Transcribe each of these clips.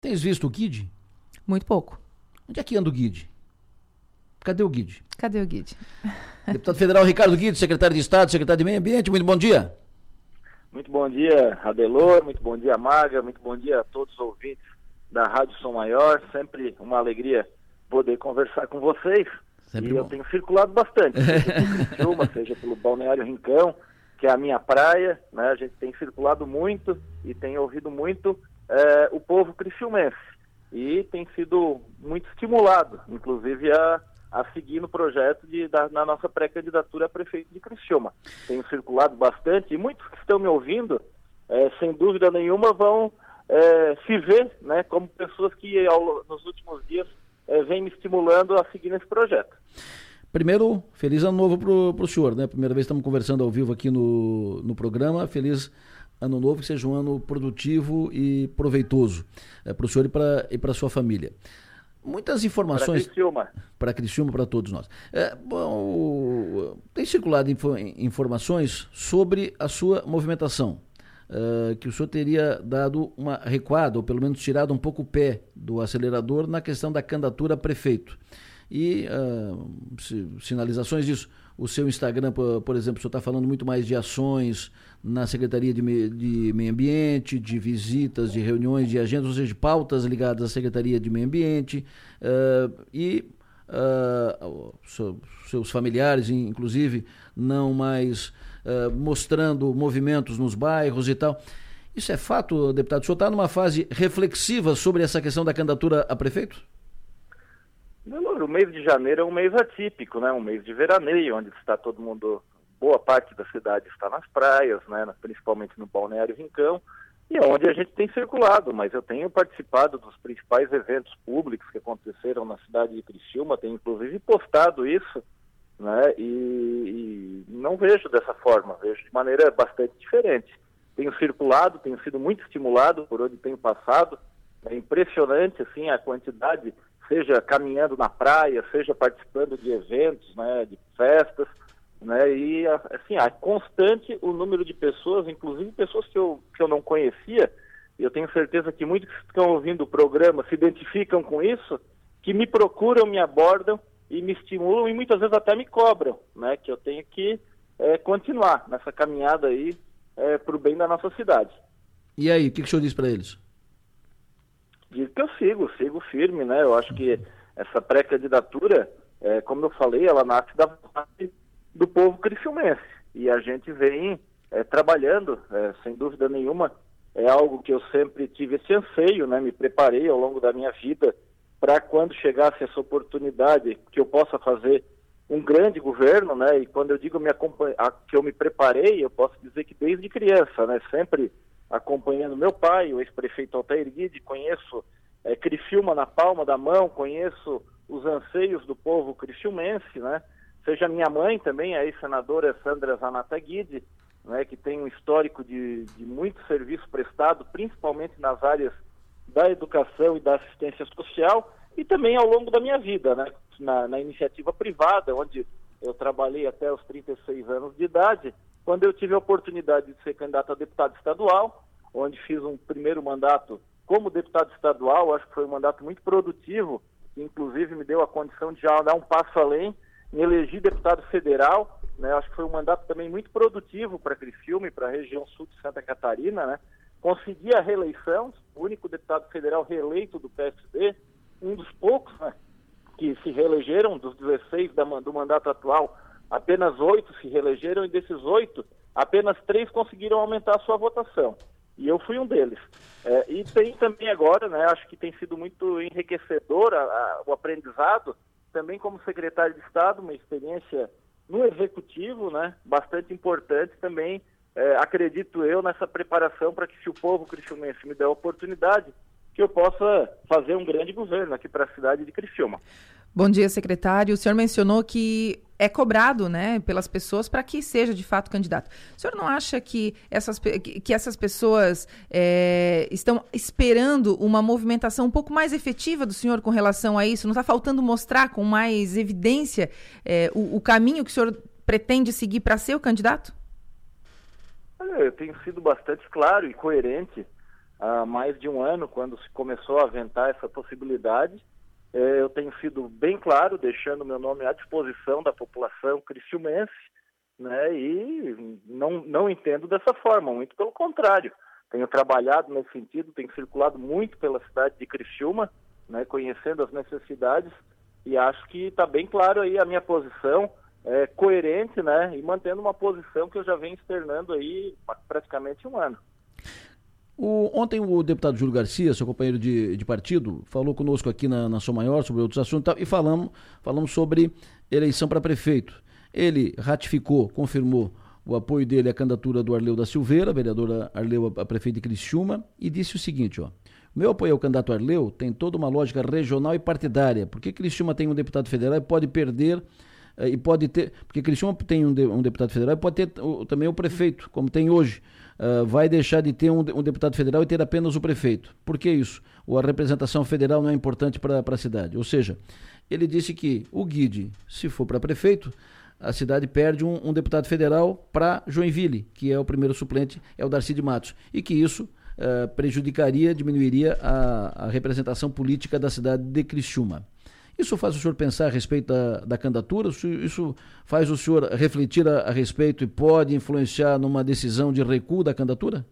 Tens visto o Guide? Muito pouco. Onde é que anda o Guide? Cadê o Guide? Cadê o Guide? Deputado Federal Ricardo Guide, secretário de Estado, secretário de Meio Ambiente, muito bom dia. Muito bom dia, Adelor, muito bom dia, Maga, muito bom dia a todos os ouvintes da Rádio Som Maior. Sempre uma alegria poder conversar com vocês. Sempre e bom. Eu tenho circulado bastante, seja pelo Criciúma, seja pelo Balneário Rincão, que é a minha praia, né? A gente tem circulado muito e tem ouvido muito o povo criciumense. E tem sido muito estimulado, inclusive a seguir no projeto na nossa pré-candidatura a prefeito de Criciúma. Tenho circulado bastante e muitos que estão me ouvindo, sem dúvida nenhuma, vão se ver, né, como pessoas que nos últimos dias vêm me estimulando a seguir nesse projeto. Primeiro, feliz ano novo pro senhor, né? Primeira vez que estamos conversando ao vivo aqui no programa. Feliz ano novo, que seja um ano produtivo e proveitoso para o senhor e para a sua família. Muitas informações... Para Criciúma, para todos nós. Tem circulado informações sobre a sua movimentação, que o senhor teria dado uma recuada, ou pelo menos tirado um pouco o pé do acelerador na questão da candidatura a prefeito. E sinalizações disso. O seu Instagram, por exemplo, o senhor está falando muito mais de ações na Secretaria de Meio Ambiente, de visitas, de reuniões, de agendas, ou seja, de pautas ligadas à Secretaria de Meio Ambiente, seus familiares, inclusive, não mais mostrando movimentos nos bairros e tal. Isso é fato, deputado? O senhor está numa fase reflexiva sobre essa questão da candidatura a prefeito? O mês de janeiro é um mês atípico, né? Um mês de veraneio, onde está todo mundo, boa parte da cidade está nas praias, né? Principalmente no Balneário Rincão, e é onde a gente tem circulado, mas eu tenho participado dos principais eventos públicos que aconteceram na cidade de Criciúma, tenho inclusive postado isso, né? E não vejo dessa forma, vejo de maneira bastante diferente. Tenho circulado, tenho sido muito estimulado por onde tenho passado, é impressionante assim a quantidade, seja caminhando na praia, seja participando de eventos, né, de festas, né, e assim, constante o número de pessoas, inclusive pessoas que eu não conhecia, e eu tenho certeza que muitos que estão ouvindo o programa se identificam com isso, que me procuram, me abordam e me estimulam e muitas vezes até me cobram, né, que eu tenho que continuar nessa caminhada aí para o bem da nossa cidade. E aí, o que o senhor diz para eles? Digo que eu sigo firme, né? Eu acho que essa pré-candidatura, como eu falei, ela nasce da vontade do povo criciumense. E a gente vem trabalhando, sem dúvida nenhuma, é algo que eu sempre tive esse anseio, né? Me preparei ao longo da minha vida para quando chegasse essa oportunidade que eu possa fazer um grande governo, né? E quando eu digo que eu me preparei, eu posso dizer que desde criança, né? Sempre acompanhando meu pai, o ex-prefeito Altair Guide, conheço Criciúma na palma da mão, conheço os anseios do povo criciumense, né? Seja minha mãe também, a ex-senadora Sandra Zanata Guide, né, que tem um histórico de muito serviço prestado, principalmente nas áreas da educação e da assistência social, e também ao longo da minha vida, né? Na iniciativa privada, onde eu trabalhei até os 36 anos de idade, quando eu tive a oportunidade de ser candidato a deputado estadual, onde fiz um primeiro mandato como deputado estadual, acho que foi um mandato muito produtivo, que inclusive me deu a condição de já dar um passo além, me elegi deputado federal, né? Acho que foi um mandato também muito produtivo para Criciúma e para a região sul de Santa Catarina, né? Consegui a reeleição, o único deputado federal reeleito do PSD, um dos poucos, né, que se reelegeram, dos 16 do mandato atual, apenas 8 se reelegeram e desses 8, apenas 3 conseguiram aumentar a sua votação. E eu fui um deles. E tem também agora, né, acho que tem sido muito enriquecedor o aprendizado, também como secretário de Estado, uma experiência no Executivo, né, bastante importante também, acredito eu, nessa preparação para que, se o povo criciumense me der a oportunidade, que eu possa fazer um grande governo aqui para a cidade de Criciúma. Bom dia, secretário. O senhor mencionou que é cobrado, né, pelas pessoas para que seja de fato candidato. O senhor não acha que essas pessoas estão esperando uma movimentação um pouco mais efetiva do senhor com relação a isso? Não está faltando mostrar com mais evidência o caminho que o senhor pretende seguir para ser o candidato? Eu tenho sido bastante claro e coerente há mais de um ano, quando se começou a aventar essa possibilidade. Eu tenho sido bem claro, deixando meu nome à disposição da população criciumense, né? E não entendo dessa forma, muito pelo contrário. Tenho trabalhado nesse sentido, tenho circulado muito pela cidade de Criciúma, né? Conhecendo as necessidades, e acho que está bem claro aí a minha posição, coerente, né? E mantendo uma posição que eu já venho externando aí há praticamente um ano. Ontem o deputado Júlio Garcia, seu companheiro de partido, falou conosco aqui na Som Maior sobre outros assuntos e falamos sobre eleição para prefeito. Ele ratificou, confirmou o apoio dele à candidatura do Arleu da Silveira, vereador Arleu a prefeito de Criciúma, e disse o seguinte, o meu apoio ao candidato Arleu tem toda uma lógica regional e partidária, porque Criciúma tem um deputado federal e pode perder, e pode ter, porque Criciúma tem um deputado federal e pode ter também o prefeito, como tem hoje. Vai deixar de ter um deputado federal e ter apenas o prefeito. Por que isso? A representação federal não é importante para a cidade. Ou seja, ele disse que o Guide, se for para prefeito, a cidade perde um deputado federal para Joinville, que é o primeiro suplente, é o Darcy de Matos. E que isso diminuiria a representação política da cidade de Criciúma. Isso faz o senhor pensar a respeito da candidatura? Isso faz o senhor refletir a respeito e pode influenciar numa decisão de recuo da candidatura?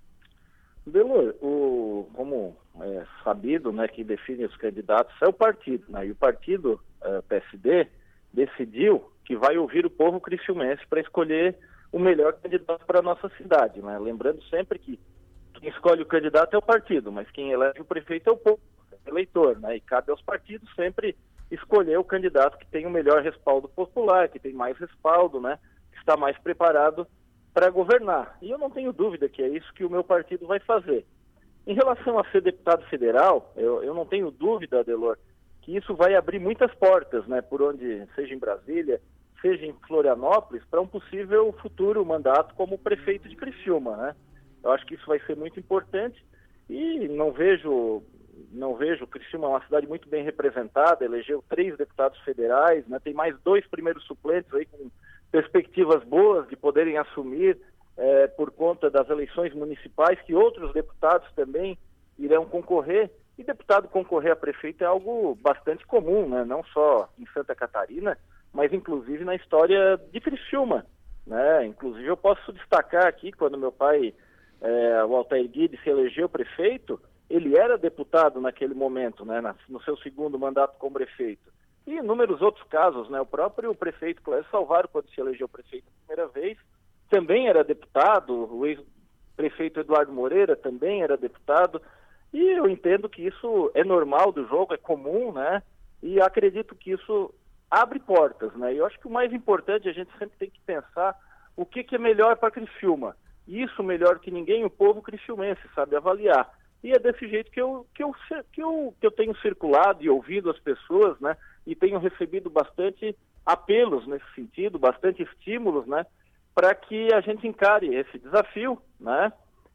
Delor, como é sabido, né, que define os candidatos é o partido, né? E o partido PSD decidiu que vai ouvir o povo criciumense para escolher o melhor candidato para a nossa cidade, né? Lembrando sempre que quem escolhe o candidato é o partido, mas quem elege o prefeito é o povo, eleitor, né? E cabe aos partidos sempre escolher o candidato que tem o melhor respaldo popular, que tem mais respaldo, né? Que está mais preparado para governar. E eu não tenho dúvida que é isso que o meu partido vai fazer. Em relação a ser deputado federal, eu não tenho dúvida, Adelor, que isso vai abrir muitas portas, né? Por onde, seja em Brasília, seja em Florianópolis, para um possível futuro mandato como prefeito de Criciúma, né? Eu acho que isso vai ser muito importante e não vejo Criciúma é uma cidade muito bem representada, elegeu 3 deputados federais, né? Tem mais 2 primeiros suplentes aí com perspectivas boas de poderem assumir por conta das eleições municipais, que outros deputados também irão concorrer. E deputado concorrer a prefeito é algo bastante comum, né? Não só em Santa Catarina, mas inclusive na história de Criciúma, né? Inclusive eu posso destacar aqui, quando meu pai, o Altair Guide, se elegeu prefeito, ele era deputado naquele momento, né? No seu segundo mandato como prefeito. E inúmeros outros casos, né? O próprio prefeito Clécio Salvaro, quando se elegeu prefeito a primeira vez, também era deputado, o ex-prefeito Eduardo Moreira também era deputado, e eu entendo que isso é normal do jogo, é comum, né? E acredito que isso abre portas, né? E eu acho que o mais importante, a gente sempre tem que pensar o que é melhor para Criciúma. Isso melhor que ninguém, o povo criciumense sabe avaliar. E é desse jeito que eu tenho circulado e ouvido as pessoas, né? E tenho recebido bastante apelos nesse sentido, bastante estímulos, né? Para que a gente encare esse desafio, né?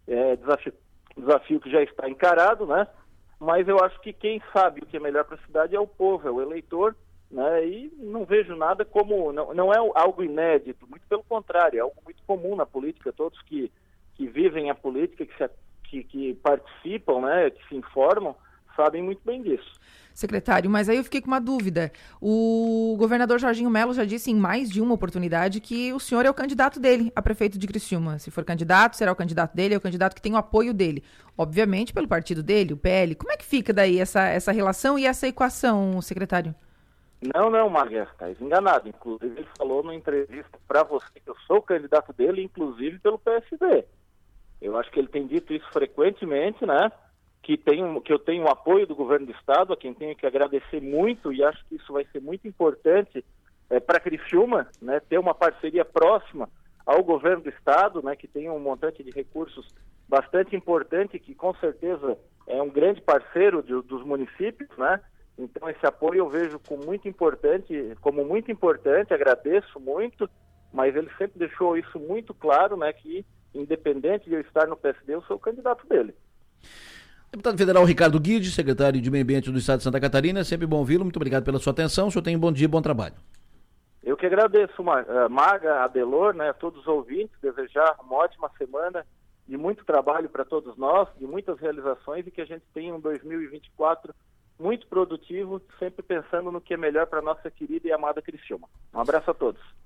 Desafio que já está encarado, né? Mas eu acho que quem sabe o que é melhor para a cidade é o povo, é o eleitor, né? E não vejo nada como... Não é algo inédito, muito pelo contrário, é algo muito comum na política. Todos que vivem a política, que participam, né? Que se informam, sabem muito bem disso. Secretário, mas aí eu fiquei com uma dúvida. O governador Jorginho Melo já disse em mais de uma oportunidade que o senhor é o candidato dele a prefeito de Criciúma. Se for candidato, será o candidato dele, é o candidato que tem o apoio dele. Obviamente pelo partido dele, o PL. Como é que fica daí essa relação e essa equação, secretário? Não, Marga, está enganado. Inclusive ele falou numa entrevista para você que eu sou o candidato dele, inclusive pelo PSD. Eu acho que ele tem dito isso frequentemente, né? Que eu tenho o apoio do governo do estado, a quem tenho que agradecer muito, e acho que isso vai ser muito importante para Criciúma, né, ter uma parceria próxima ao governo do estado, né, que tem um montante de recursos bastante importante, que com certeza é um grande parceiro dos municípios, né? Então esse apoio eu vejo como muito importante, agradeço muito, mas ele sempre deixou isso muito claro, né, que independente de eu estar no PSD, eu sou o candidato dele. Deputado federal Ricardo Guide, secretário de Meio Ambiente do Estado de Santa Catarina, é sempre bom ouvi-lo, muito obrigado pela sua atenção, o senhor tem um bom dia e bom trabalho. Eu que agradeço, Marga, Adelor, né, a todos os ouvintes, desejar uma ótima semana de muito trabalho para todos nós, de muitas realizações, e que a gente tenha um 2024 muito produtivo, sempre pensando no que é melhor para a nossa querida e amada Criciúma. Um abraço a todos.